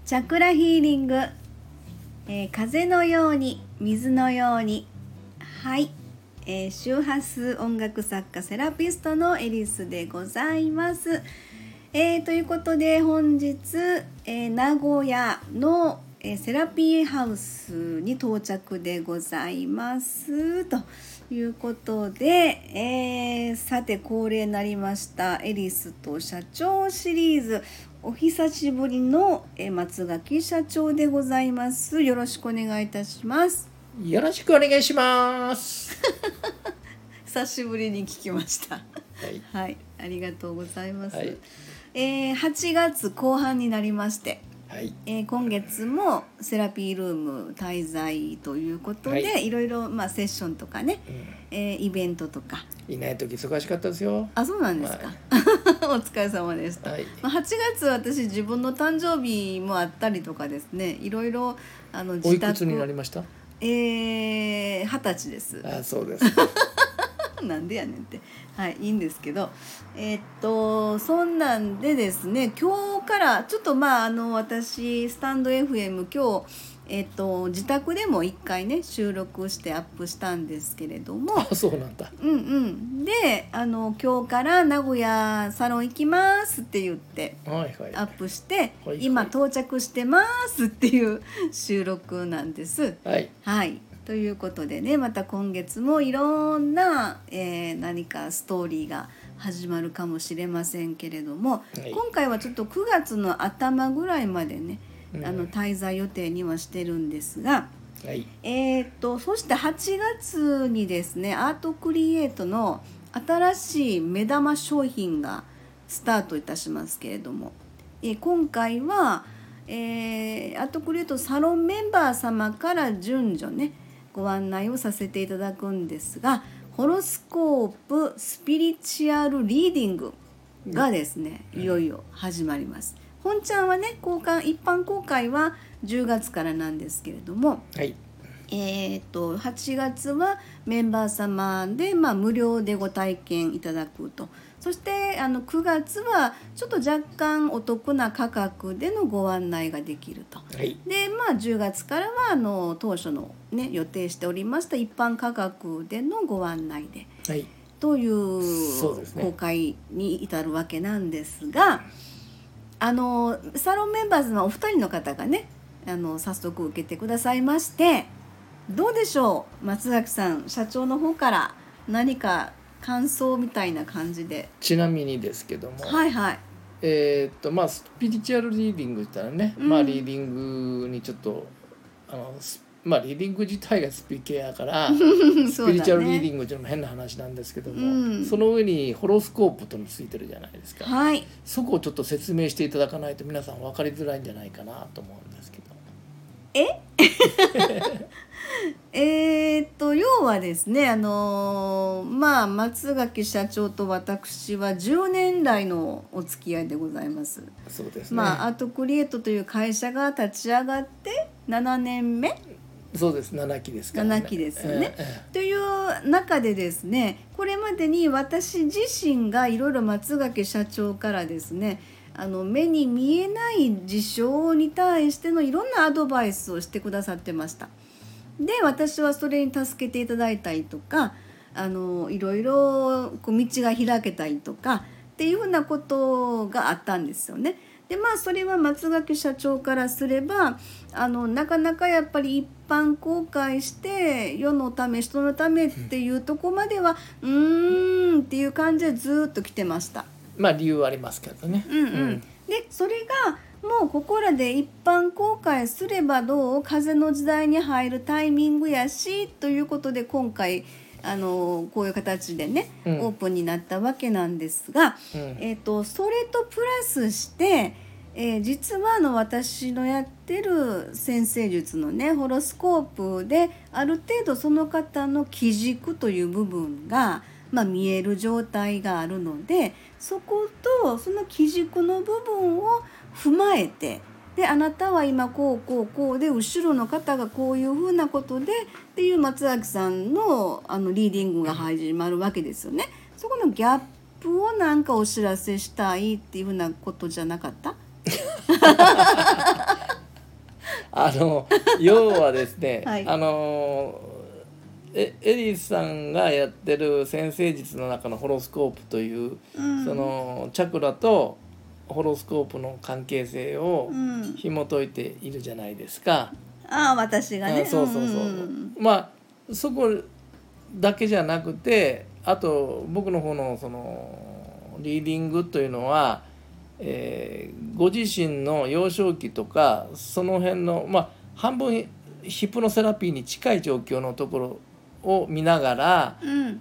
チャクラヒーリング、風のように水のように。はい、周波数音楽作家セラピストのエリスでございます。ということで本日、名古屋の、セラピーハウスに到着でございますということで、さて恒例になりましたエリスと社長シリーズ、お久しぶりの松垣社長でございます。よろしくお願いいたします。 よろしくお願いします久しぶりに聞きましたはい、 はい、ありがとうございます。 はい、 8月後半になりまして、 はい、 今月もセラピールーム滞在ということで、 はい、 いろいろ、セッションとかね、イベントとか。 いない時忙しかったですよ。 あ、そうなんですか、お疲れ様でした、 はい。 8月私自分の誕生日もあったりとかですね、いろいろおいくつになりました？ 20歳です。 あ、そうですなんでやねんって、はい、いいんですけど、そんなんでですね、今日からちょっと私スタンド FM 今日自宅でも1回ね収録してアップしたんですけれども、 あ、そうなんだ。 で今日から名古屋サロン行きますって言ってはいはい、 アップして、 はい、 今到着してますっていう収録なんです。 はい、 はい、ということでね、また今月もいろんな、何かストーリーが始まるかもしれませんけれども、 はい、 今回はちょっと9月の頭ぐらいまでね、滞在予定にはしてるんですが、 はい、 そして8月にですね、アートクリエイトの新しい目玉商品がスタートいたしますけれども、今回は、アートクリエイトサロンメンバー様から順序ねご案内をさせていただくんですが、ホロスコープスピリチュアルリーディングがですね、いよいよ始まります。本ちゃんはね、一般公開は10月からなんですけれども、 はい、 8月はメンバー様で、無料でご体験いただくと。そして9月はちょっと若干お得な価格でのご案内ができると。 はい、 で、10月からは当初の、ね、予定しておりました一般価格でのご案内で、 はい、 という公開に至るわけなんですが、サロンメンバーズのお二人の方がね早速受けてくださいまして、どうでしょう、松崎さん、社長の方から何か感想みたいな感じで。 ちなみにですけども、 はいはい、 スピリチュアルリーディングって言ったらね、リーディングにちょっとリーディング自体がスピ系やからスピリチュアルリーディングっていうのも変な話なんですけども、その上にホロスコープとのついてるじゃないですか、 はい、 そこをちょっと説明していただかないと皆さん分かりづらいんじゃないかなと思うんですけど。 要はですね、松垣社長と私は10年来のお付き合いでございます。 そうですね、 アートクリエイトという会社が立ち上がって7年目、 そうです、7期ですからね。 7期ですよね、という中でですね、これまでに私自身がいろいろ松垣社長からですね、目に見えない事象に対してのいろんなアドバイスをしてくださってました。で、私はそれに助けていただいたりとか、いろいろ道が開けたりとかっていうふうなことがあったんですよね。で、それは松垣社長からすればなかなかやっぱり一般公開して世のため人のためっていうとこまではっていう感じでずっと来てました。 理由はありますけどね。 で、それがもうここらで一般公開すればどう、風の時代に入るタイミングやしということで今回こういう形でね、オープンになったわけなんですが、それとプラスして、実は私のやってる占星術のねホロスコープである程度その方の基軸という部分が、見える状態があるので、そことその基軸の部分を踏まえて、であなたは今こうで後ろの方がこういうふうなことでっていう松崎さんのリーディングが始まるわけですよね。そこのギャップをなんかお知らせしたいっていうふうなことじゃなかった？ 要はですね、 はいエリスさんがやってる占星術の中のホロスコープという、そのチャクラとホロスコープの関係性を紐解いているじゃないですか。 私がね。 そうそうそう。まあそこだけじゃなくて、あと僕の方のそのリーディングというのは、ご自身の幼少期とかその辺の、半分ヒプノセラピーに近い状況のところを見ながら、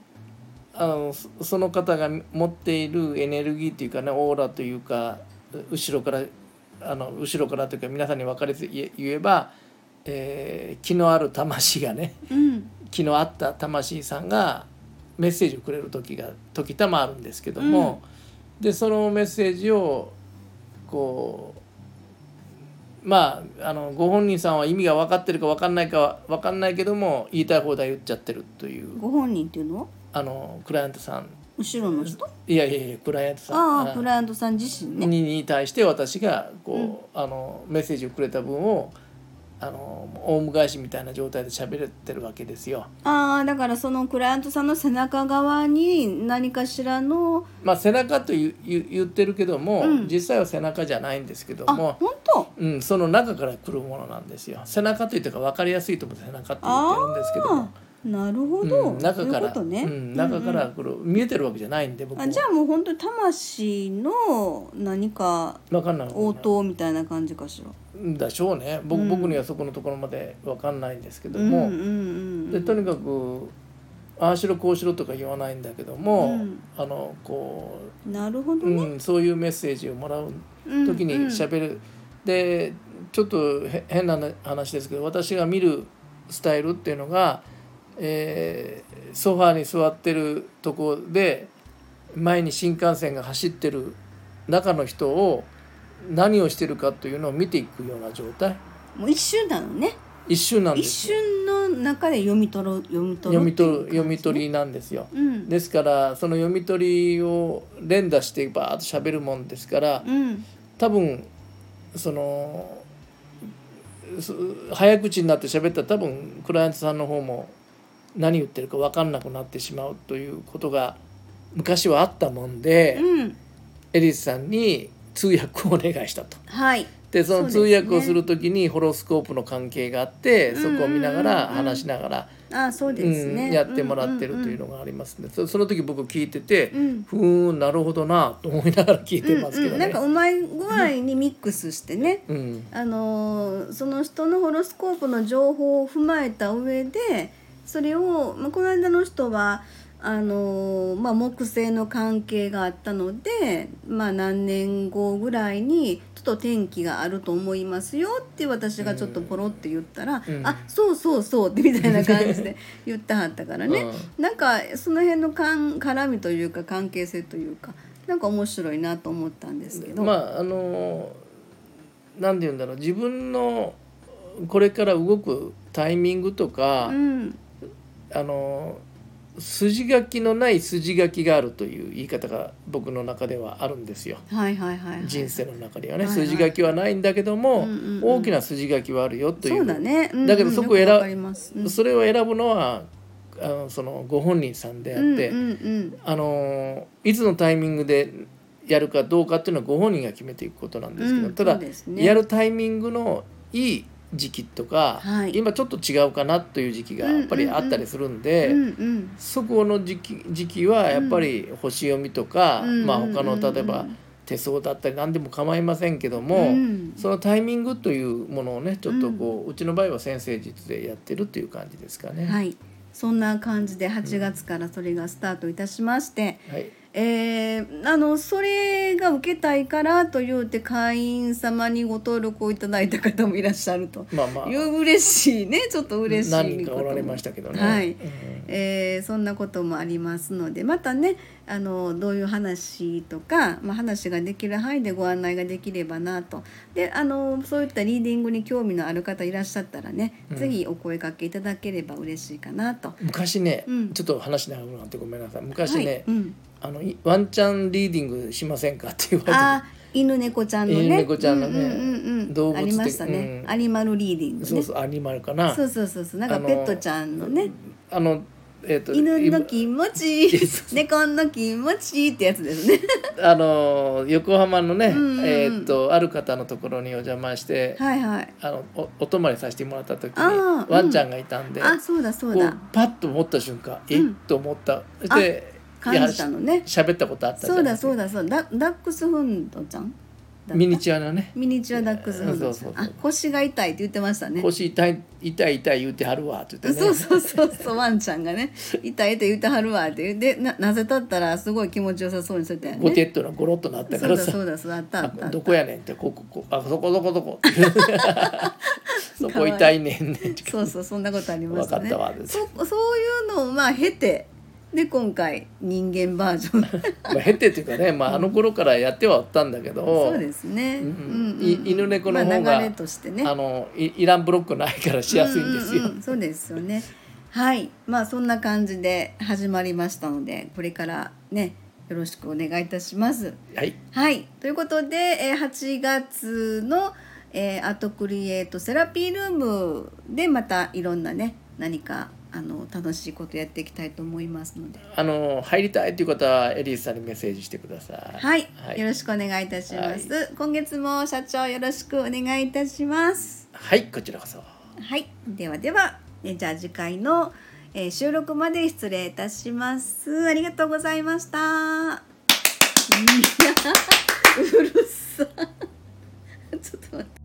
その方が持っているエネルギーというかね、オーラというか、後ろからというか皆さんに分かりやすい言えば、気のある魂がね、気のあった魂さんがメッセージをくれる時たまあるんですけども、でそのメッセージをこうご本人さんは意味が分かってるか分かんないけども言いたい放題言っちゃってるという。 ご本人っていうのクライアントさん、 後ろの人？ いやクライアントさん、 クライアントさん自身ねに対して私がこう、メッセージをくれた分をオウム返しみたいな状態で喋れてるわけですよ。 だからそのクライアントさんの背中側に何かしらの、 背中と言ってるけども、実際は背中じゃないんですけども、 本当？ その中から来るものなんですよ。背中と言ってか分かりやすいと思って背中って言ってるんですけども、 なるほど、 中から、 そういうことね、 中から来る、見えてるわけじゃないんで僕も。 じゃあもう本当に魂の何か応答みたいな感じかしら。 でしょうね。僕にはそこのところまで分かんないんですけども、でとにかくああしろこうしろとか言わないんだけども、こうなるほどね、 そういうメッセージをもらう時に喋る、でちょっと変な話ですけど、私が見るスタイルっていうのが、ソファーに座ってるとこで前に新幹線が走ってる中の人を何をしてるかというのを見ていくような状態。 もう一瞬なのね。 一瞬なんです。 一瞬の中で読み取りなんですよ、ですからその読み取りを連打してバーッと喋るもんですから、多分その早口になって喋ったら多分クライアントさんの方も何言ってるか分かんなくなってしまうということが昔はあったもんで、エリスさんに通訳をお願いしたと。でその通訳をする時にホロスコープの関係があって、そこを見ながら話しながらやってもらってるというのがありますね。その時僕聞いてて、なるほどなと思いながら聞いてますけどね。 なんかうまい具合にミックスしてね、その人のホロスコープの情報を踏まえた上でそれを、この間の人は木星の関係があったので、何年後ぐらいにちょっと天気があると思いますよって私がちょっとポロって言ったら、そうってみたいな感じで言ってはったからね、なんかその辺の絡みというか関係性というかなんか面白いなと思ったんですけど、 なんて言うんだろう、自分のこれから動くタイミングとか、筋書きのない筋書きがあるという言い方が僕の中ではあるんですよ。人生の中ではね、筋書きはないんだけども、大きな筋書きはあるよという。 そうだね。 だけどそれを選ぶのはそのご本人さんであって、いつのタイミングでやるかどうかっていうのはご本人が決めていくことなんですけど、ただやるタイミングのいい時期とか、今ちょっと違うかなという時期がやっぱりあったりするんで、そこの時期はやっぱり星読みとか、他の例えば手相だったり何でも構いませんけども、そのタイミングというものをねちょっとうちの場合は占星術でやってるっていう感じですかね。 そんな感じで8月からそれがスタートいたしまして、それが受けたいからというて会員様にご登録をいただいた方もいらっしゃるという嬉しいね、ちょっと嬉しいことも何人かおられましたけどね、 そんなこともありますので、またねどういう話とか、話ができる範囲でご案内ができればなと。でそういったリーディングに興味のある方いらっしゃったらね、ぜひお声掛けいただければ嬉しいかなと。 昔ね、ちょっと話長くなってごめんなさい。昔ね、ワンチャンリーディングしませんかって言われて、 犬猫ちゃんのね、 犬猫ちゃんのね動物ありましたね、アニマルリーディングね。 そうそう、アニマルかな。 そうなんかペットちゃんのね、犬の気持ち猫の気持ちってやつですね。 横浜のね、ある方のところにお邪魔して、お泊まりさせてもらった時にワンちゃんがいたんで、 そうだこうパッと思った瞬間、と思った。で感じたのね。 喋ったことあったじゃないですか。 そうだダックスフンドちゃん、 ミニチュアのね、 ミニチュアダックスフンドちゃん。腰が痛いって言ってましたね。 腰痛い言うてはるわって言ってね。 そうワンちゃんがね痛いって言ってはるわって言って、なぜだったらすごい気持ちよさそうにしてたよね。 ゴテッとのゴロッとなったからさ、 そうだあったどこやねんって、こそこどこそこ痛いねんねん。 そうそんなことありましたね。 分かったわです。 そういうのを経てで今回人間バージョン経てっていうかね、あの頃からやってはおったんだけど、 そうですね、 犬猫の方が、 流れとしてね、 いらんブロックないからしやすいんですよ。 そうですよね。はい、そんな感じで始まりましたので、これからねよろしくお願いいたします。はい、ということで、8月の、アートクリエイトセラピールームでまたいろんなね何か楽しいことやっていきたいと思いますので、 入りたいという方はエリーさんにメッセージしてください。 はい、よろしくお願いいたします。今月も社長よろしくお願いいたします。 はい、こちらこそ。 はい、ではじゃあ次回の、収録まで失礼いたします。ありがとうございました。うるさちょっと待って。